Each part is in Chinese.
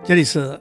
这里是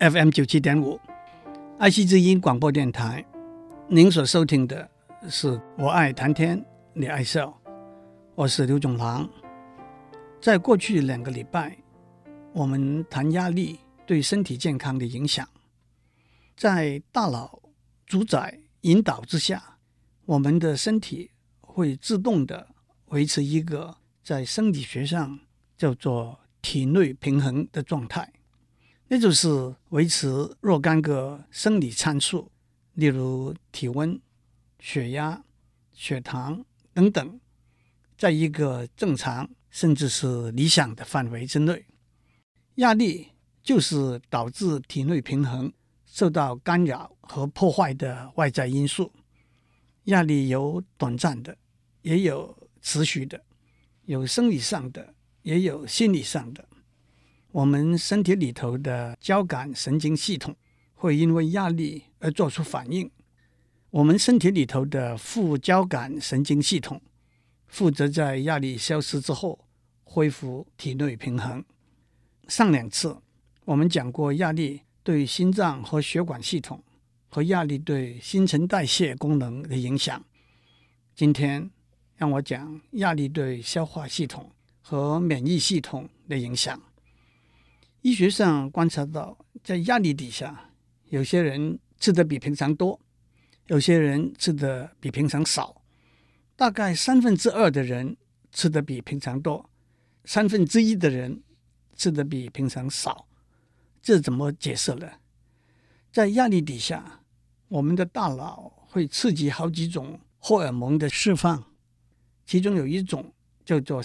FM97.5 爱惜之音广播电台，您所收听的是我爱谈天你爱笑，我是刘总郎。在过去2个礼拜，我们谈压力对身体健康的影响。在大脑主宰引导之下，我们的身体会自动的维持一个在生理学上叫做体内平衡的状态，那就是维持若干个生理参数，例如体温、血压、血糖等等，在一个正常甚至是理想的范围之内。压力就是导致体内平衡受到干扰和破坏的外在因素。压力有短暂的，也有持续的，有生理上的，也有心理上的。我们身体里头的交感神经系统会因为压力而做出反应。我们身体里头的副交感神经系统负责在压力消失之后恢复体内平衡。上2次我们讲过压力对心脏和血管系统和压力对新陈代谢功能的影响。今天让我讲压力对消化系统和免疫系统的影响。医学上观察到，在压力底下，有些人吃得比平常多，有些人吃得比平常少，大概2/3的人吃得比平常多，1/3的人吃得比平常少。这怎么解释呢？在压力底下，我们的大脑会刺激好几种荷尔蒙的释放，其中有一种叫做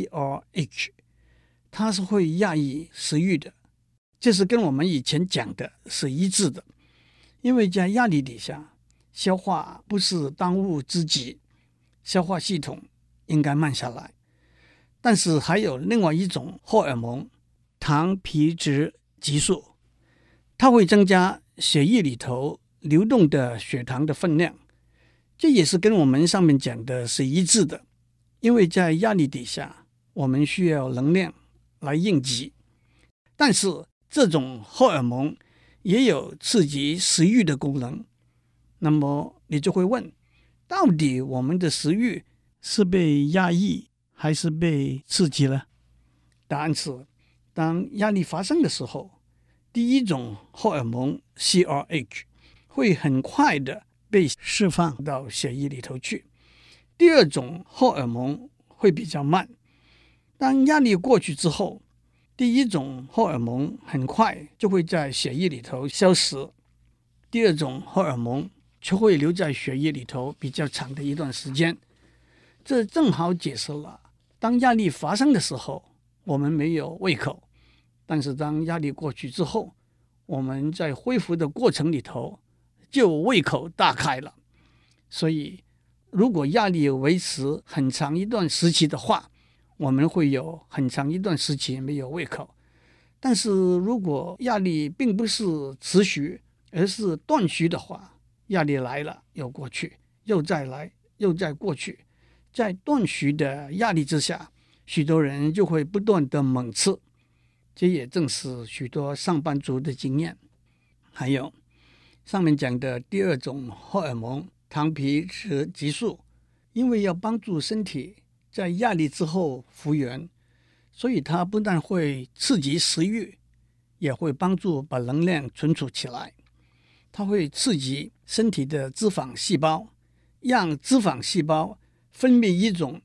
CRH， 它是会压抑食欲的，这是跟我们以前讲的是一致的。因为在压力底下，消化不是当务之急，消化系统应该慢下来。但是还有另外一种荷尔蒙，糖皮质激素，它会增加血液里头流动的血糖的分量，这也是跟我们上面讲的是一致的。因为在压力底下，我们需要能量来应急，但是这种荷尔蒙也有刺激食欲的功能。那么你就会问，到底我们的食欲是被压抑还是被刺激了？答案是，当压力发生的时候，第一种荷尔蒙 CRH 会很快的被释放到血液里头去，第二种荷尔蒙会比较慢。当压力过去之后，第一种荷尔蒙很快就会在血液里头消失，第二种荷尔蒙却会留在血液里头比较长的一段时间。这正好解释了，当压力发生的时候，我们没有胃口，但是当压力过去之后，我们在恢复的过程里头就胃口大开了。所以如果压力维持很长一段时期的话，我们会有很长一段时期没有胃口。但是如果压力并不是持续，而是断续的话，压力来了又过去，又再来又再过去，在断续的压力之下，许多人就会不断的猛吃，这也正是许多上班族的经验。还有上面讲的第二种荷尔蒙糖皮质激素，因为要帮助身体在压力之后复原，所以它不但会刺激食欲，也会帮助把能量存储起来。它会刺激身体的脂肪细胞，让脂肪细胞分泌一种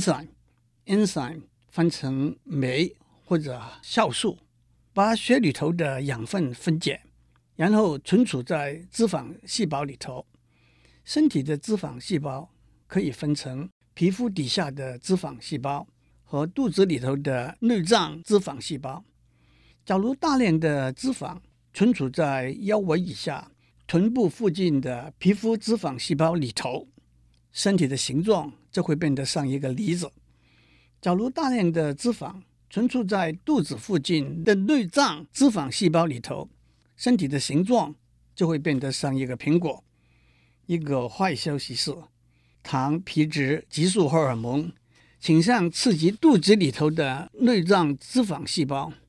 enzyme 翻成酶或者酵素，把血里头的养分分解，然后存储在脂肪细胞里头。身体的脂肪细胞可以分成皮肤底下的脂肪细胞和肚子里头的内脏脂肪细胞。假如大量的脂肪存储在腰围以下、臀部附近的皮肤脂肪细胞里头，身体的形状就会变得像一个梨子。假如大量的脂肪存储在肚子附近的内脏脂肪细胞里头，身体的形状就会变得像一个苹果。一个坏消息是，糖皮质激素荷尔蒙倾向刺激肚子里头的内脏脂肪细胞，把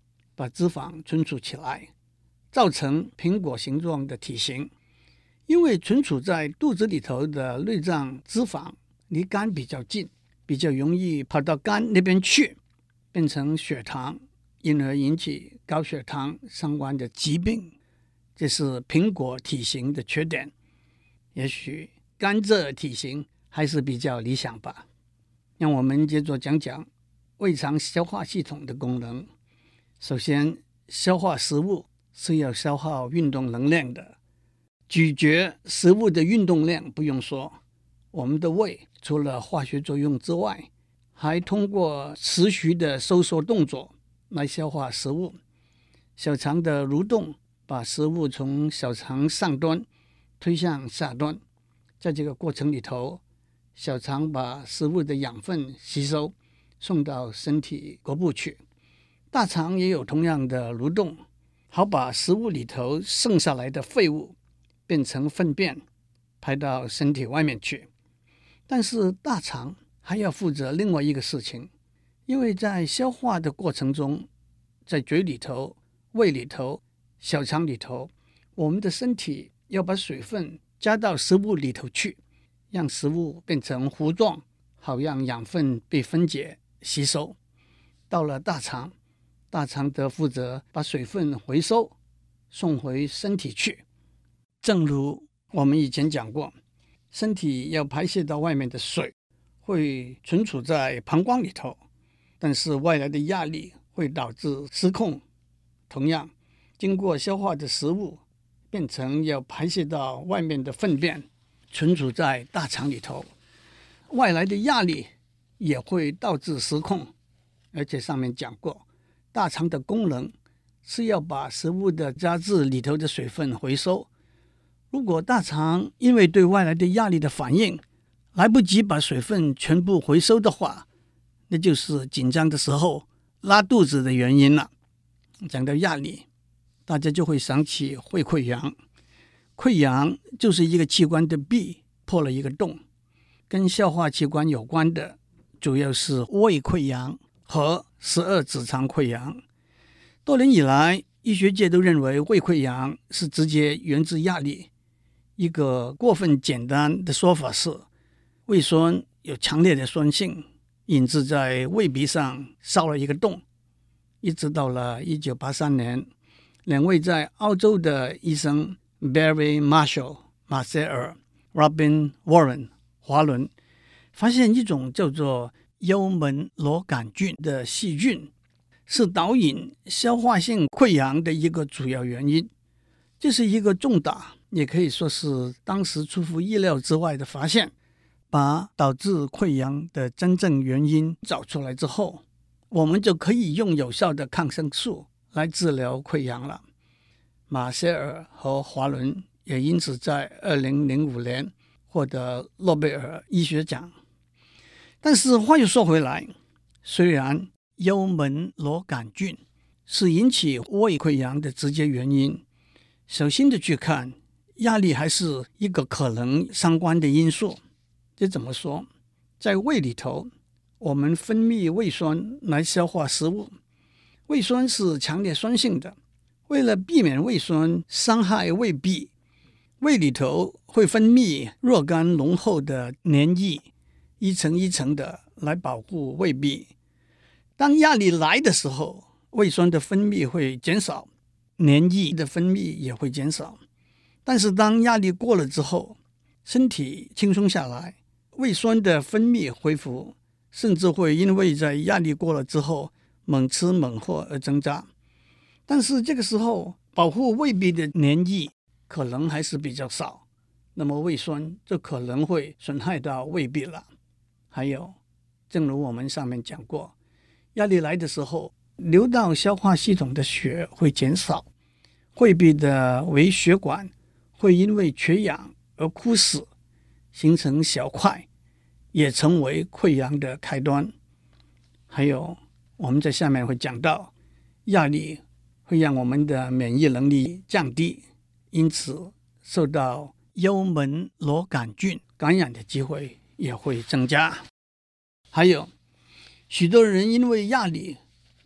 把脂肪存储起来，造成苹果形状的体型。因为存储在肚子里头的内脏脂肪离肝比较近，比较容易跑到肝那边去，变成血糖，因而引起高血糖相关的疾病。这是苹果体型的缺点。也许甘蔗体型还是比较理想吧。让我们接着讲讲胃肠消化系统的功能。首先，消化食物是要消耗运动能量的。咀嚼食物的运动量不用说，我们的胃除了化学作用之外，还通过持续的收缩动作来消化食物。小肠的蠕动把食物从小肠上端推向下端，在这个过程里头，小肠把食物的养分吸收，送到身体各部去。大肠也有同样的蠕动，好把食物里头剩下来的废物变成粪便，排到身体外面去。但是大肠还要负责另外一个事情，因为在消化的过程中，在嘴里头、胃里头、小肠里头，我们的身体要把水分加到食物里头去，让食物变成糊状，好让养分被分解吸收。到了大肠，大肠则负责把水分回收，送回身体去。正如我们以前讲过，身体要排泄到外面的水会存储在膀胱里头，但是外来的压力会导致失控。同样，经过消化的食物变成要排泄到外面的粪便，存储在大肠里头，外来的压力也会导致失控。而且上面讲过，大肠的功能是要把食物的渣质里头的水分回收。如果大肠因为对外来的压力的反应来不及把水分全部回收的话，那就是紧张的时候拉肚子的原因了。讲到压力，大家就会想起胃溃疡。溃疡就是一个器官的壁破了一个洞，跟消化器官有关的主要是胃溃疡和12指肠溃疡。多年以来，医学界都认为胃溃疡是直接源自压力。一个过分简单的说法是，胃酸有强烈的酸性，引致在胃壁上烧了一个洞。一直到了1983年，两位在澳洲的医生 Barry Marshall 马歇尔、Robin Warren 华伦发现一种叫做幽门螺杆菌的细菌是导引消化性溃疡的一个主要原因。这是一个重大，也可以说是当时出乎意料之外的发现。把导致溃疡的真正原因找出来之后，我们就可以用有效的抗生素来治疗溃疡了。马歇尔和华伦也因此在2005年获得诺贝尔医学奖。但是话又说回来，虽然幽门螺杆菌是引起胃溃疡的直接原因，小心的去看，压力还是一个可能相关的因素。这怎么说？在胃里头，我们分泌胃酸来消化食物，胃酸是强烈酸性的。为了避免胃酸伤害胃壁，胃里头会分泌若干浓厚的粘液，一层一层的来保护胃壁。当压力来的时候，胃酸的分泌会减少，粘液的分泌也会减少。但是当压力过了之后，身体轻松下来，胃酸的分泌恢复，甚至会因为在压力过了之后猛吃猛喝而增加。但是这个时候保护胃壁的粘液可能还是比较少，那么胃酸就可能会损害到胃壁了。还有，正如我们上面讲过，压力来的时候，流到消化系统的血会减少，胃壁的微血管会因为缺氧而枯死，形成小块，也成为溃疡的开端。还有，我们在下面会讲到，压力会让我们的免疫能力降低，因此受到幽门螺杆菌感染的机会也会增加。还有，许多人因为压力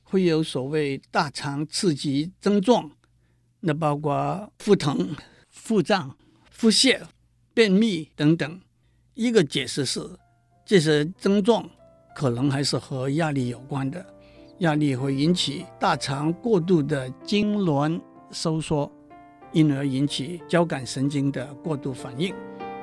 会有所谓大肠刺激症状，那包括腹疼、腹胀、腹泻、便秘等等。一个解释是，这些症状可能还是和压力有关的，压力会引起大肠过度的痉挛收缩，因而引起交感神经的过度反应。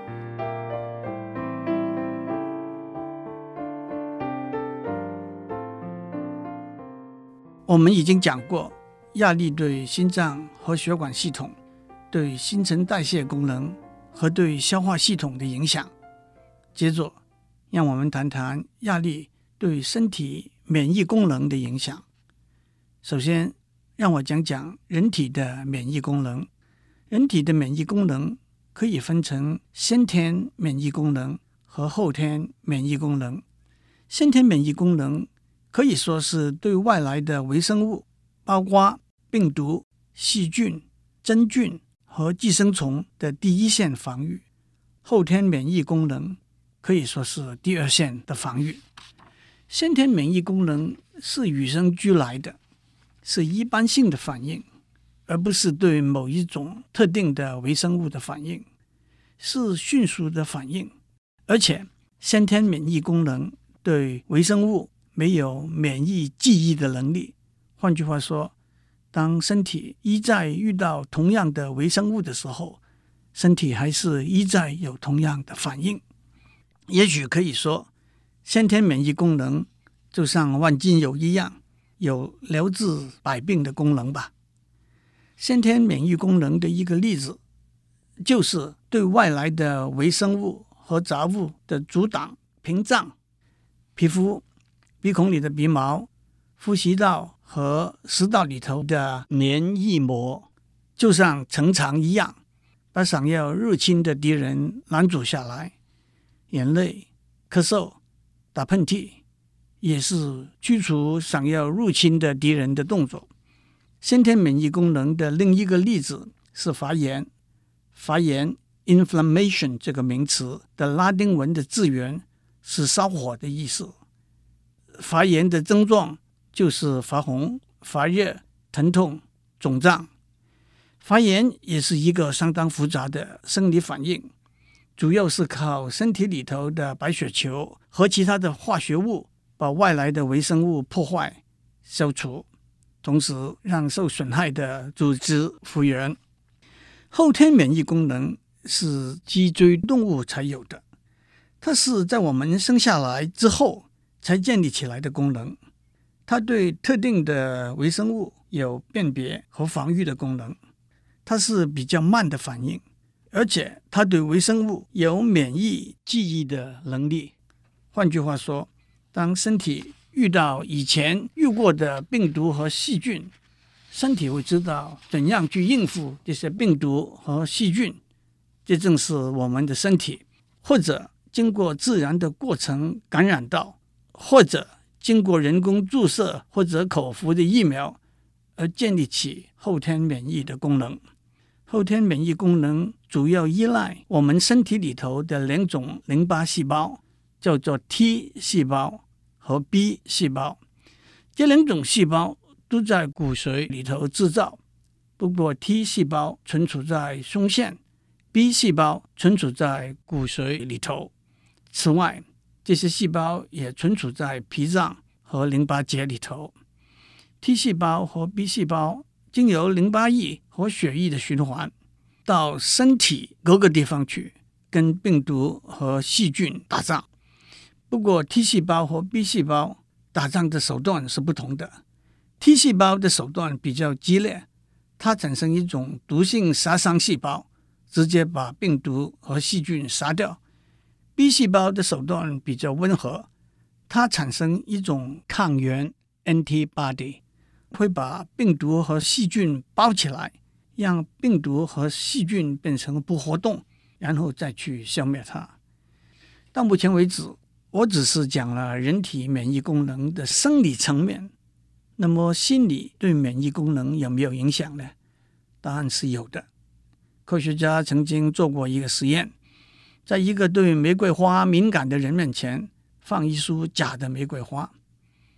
我们已经讲过，压力对心脏和血管系统、对新陈代谢功能和对消化系统的影响。接着，让我们谈谈压力对身体免疫功能的影响。首先，让我讲讲人体的免疫功能。人体的免疫功能可以分成先天免疫功能和后天免疫功能。先天免疫功能可以说是对外来的微生物，包括病毒、细菌、真菌和寄生虫的第一线防御。后天免疫功能可以说是第二线的防御。先天免疫功能是与生俱来的，是一般性的反应，而不是对某一种特定的微生物的反应，是迅速的反应。而且先天免疫功能对微生物没有免疫记忆的能力。换句话说，当身体一再遇到同样的微生物的时候，身体还是一再有同样的反应。也许可以说，先天免疫功能就像万金油一样，有疗治百病的功能吧。先天免疫功能的一个例子，就是对外来的微生物和杂物的阻挡屏障。皮肤、鼻孔里的鼻毛、呼吸道和食道里头的黏液膜，就像城墙一样，把想要入侵的敌人拦阻下来。眼泪、咳嗽、打喷嚏也是驱除想要入侵的敌人的动作。先天免疫功能的另一个例子是发炎。发炎 inflammation 这个名词的拉丁文的字源是烧火的意思。发炎的症状就是发红、发热、疼痛、肿胀。发炎也是一个相当复杂的生理反应，主要是靠身体里头的白血球和其他的化学物把外来的微生物破坏、消除，同时让受损害的组织复原。后天免疫功能是脊椎动物才有的，它是在我们生下来之后才建立起来的功能。它对特定的微生物有辨别和防御的功能，它是比较慢的反应，而且它对微生物有免疫记忆的能力。换句话说，当身体遇到以前遇过的病毒和细菌，身体会知道怎样去应付这些病毒和细菌。这正是我们的身体或者经过自然的过程感染到，或者经过人工注射或者口服的疫苗而建立起后天免疫的功能。后天免疫功能主要依赖我们身体里头的两种淋巴细胞，叫做 T 细胞和 B 细胞。这两种细胞都在骨髓里头制造，不过 T 细胞存储在胸腺， B 细胞存储在骨髓里头。此外，这些细胞也存储在脾脏和淋巴结里头。T 细胞和 B 细胞经由淋巴液和血液的循环到身体各个地方去，跟病毒和细菌打仗。不过 T 细胞和 B 细胞打仗的手段是不同的。T 细胞的手段比较激烈，它产生一种毒性杀伤细胞，直接把病毒和细菌杀掉。B 细胞的手段比较温和，它产生一种抗原 antibody， 会把病毒和细菌包起来，让病毒和细菌变成不活动，然后再去消灭它。到目前为止，我只是讲了人体免疫功能的生理层面，那么心理对免疫功能有没有影响呢？答案是有的。科学家曾经做过一个实验，在一个对玫瑰花敏感的人面前放一束假的玫瑰花，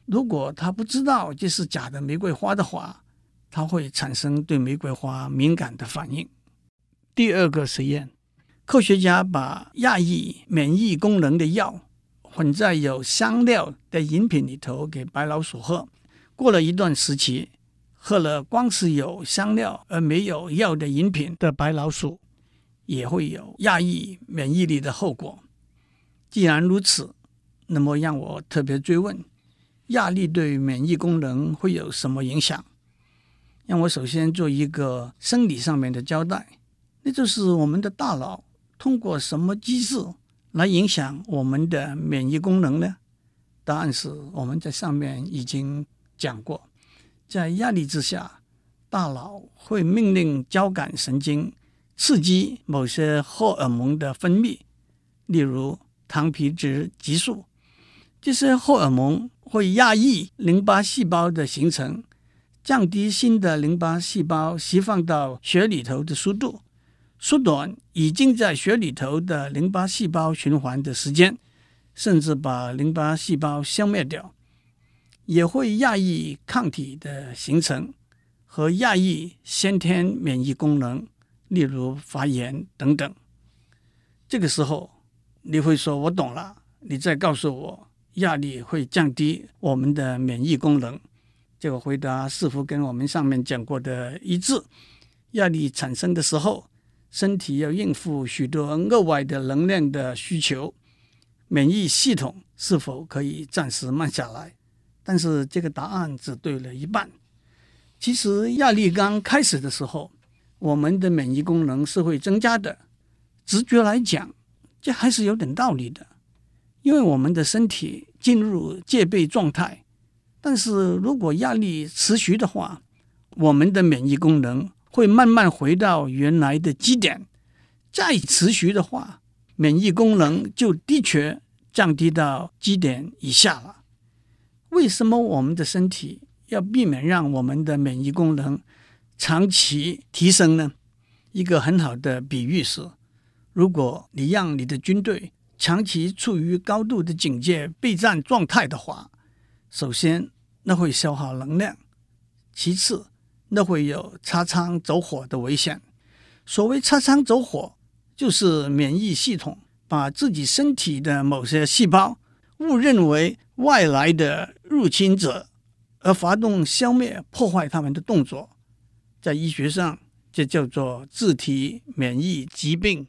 如果他不知道这是假的玫瑰花的话，他会产生对玫瑰花敏感的反应。第二个实验，科学家把压抑免疫功能的药混在有香料的饮品里头给白老鼠喝，过了一段时期，喝了光是有香料而没有药的饮品的白老鼠也会有压抑免疫力的后果。既然如此，那么让我特别追问，压力对免疫功能会有什么影响？让我首先做一个生理上面的交代，那就是我们的大脑通过什么机制来影响我们的免疫功能呢？答案是我们在上面已经讲过，在压力之下，大脑会命令交感神经刺激某些荷尔蒙的分泌，例如糖皮质激素。这些荷尔蒙会压抑淋巴细胞的形成，降低新的淋巴细胞释放到血里头的速度，缩短已经在血里头的淋巴细胞循环的时间，甚至把淋巴细胞消灭掉。也会压抑抗体的形成和压抑先天免疫功能，例如发炎等等。这个时候你会说，我懂了，你再告诉我压力会降低我们的免疫功能。这个回答似乎跟我们上面讲过的一致。压力产生的时候，身体要应付许多额外的能量的需求，免疫系统是否可以暂时慢下来？但是这个答案只对了一半。其实压力刚开始的时候，我们的免疫功能是会增加的。直觉来讲，这还是有点道理的，因为我们的身体进入戒备状态。但是如果压力持续的话，我们的免疫功能会慢慢回到原来的基点。再持续的话，免疫功能就的确降低到基点以下了。为什么我们的身体要避免让我们的免疫功能长期提升呢？一个很好的比喻是，如果你让你的军队长期处于高度的警戒备战状态的话，首先那会消耗能量，其次那会有擦枪走火的危险。所谓擦枪走火，就是免疫系统把自己身体的某些细胞误认为外来的入侵者，而发动消灭破坏他们的动作。在医学上，这叫做自体免疫疾病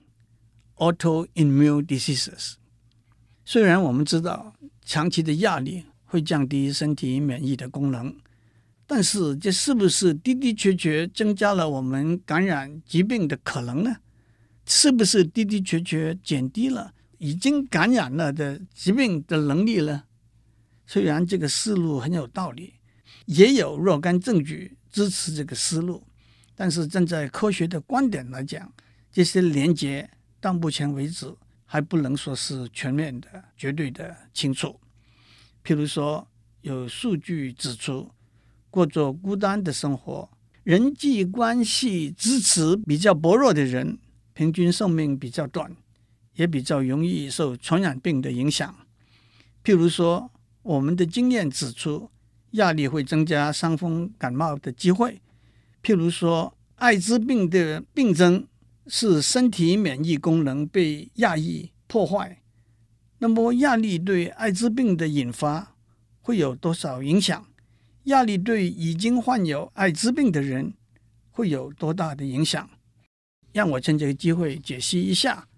autoimmune diseases。 虽然我们知道长期的压力会降低身体免疫的功能，但是这是不是的的确确增加了我们感染疾病的可能呢？是不是的的确确减低了已经感染了的疾病的能力呢？虽然这个思路很有道理，也有若干证据支持这个思路，但是站在科学的观点来讲，这些连结到目前为止还不能说是全面的、绝对的清楚。譬如说，有数据指出，过着孤单的生活、人际关系支持比较薄弱的人，平均寿命比较短，也比较容易受传染病的影响。譬如说，我们的经验指出，压力会增加伤风感冒的机会。譬如说，艾滋病的病症是身体免疫功能被压抑破坏。那么压力对艾滋病的引发会有多少影响？压力对已经患有艾滋病的人会有多大的影响？让我趁这个机会解析一下。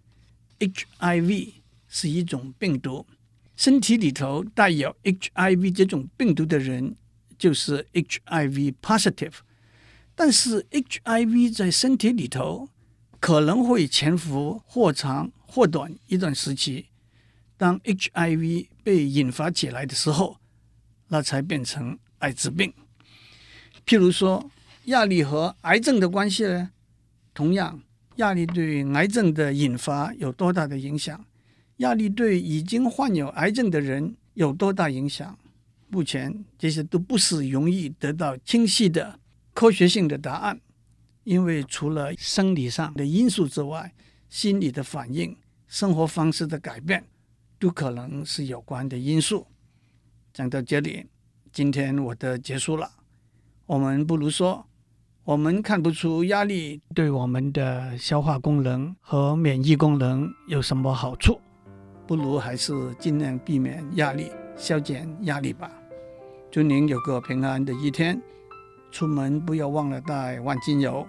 HIV 是一种病毒，身体里头带有 HIV 这种病毒的人就是 HIV positive。 但是 HIV 在身体里头可能会潜伏或长或短一段时期，当 HIV 被引发起来的时候，那才变成艾滋病。譬如说，压力和癌症的关系呢？同样，压力对癌症的引发有多大的影响？压力对已经患有癌症的人有多大影响？目前这些都不是容易得到清晰的科学性的答案，因为除了生理上的因素之外，心理的反应、生活方式的改变都可能是有关的因素。讲到这里， 今天我的结束了。我们不如说，我们看不出压力对我们的消化功能和免疫功能有什么好处，不如还是尽量避免压力，消减压力吧。祝您有个平安的一天，出门不要忘了带万金油。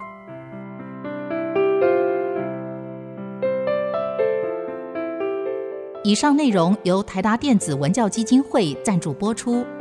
以上内容由台达电子文教基金会赞助播出。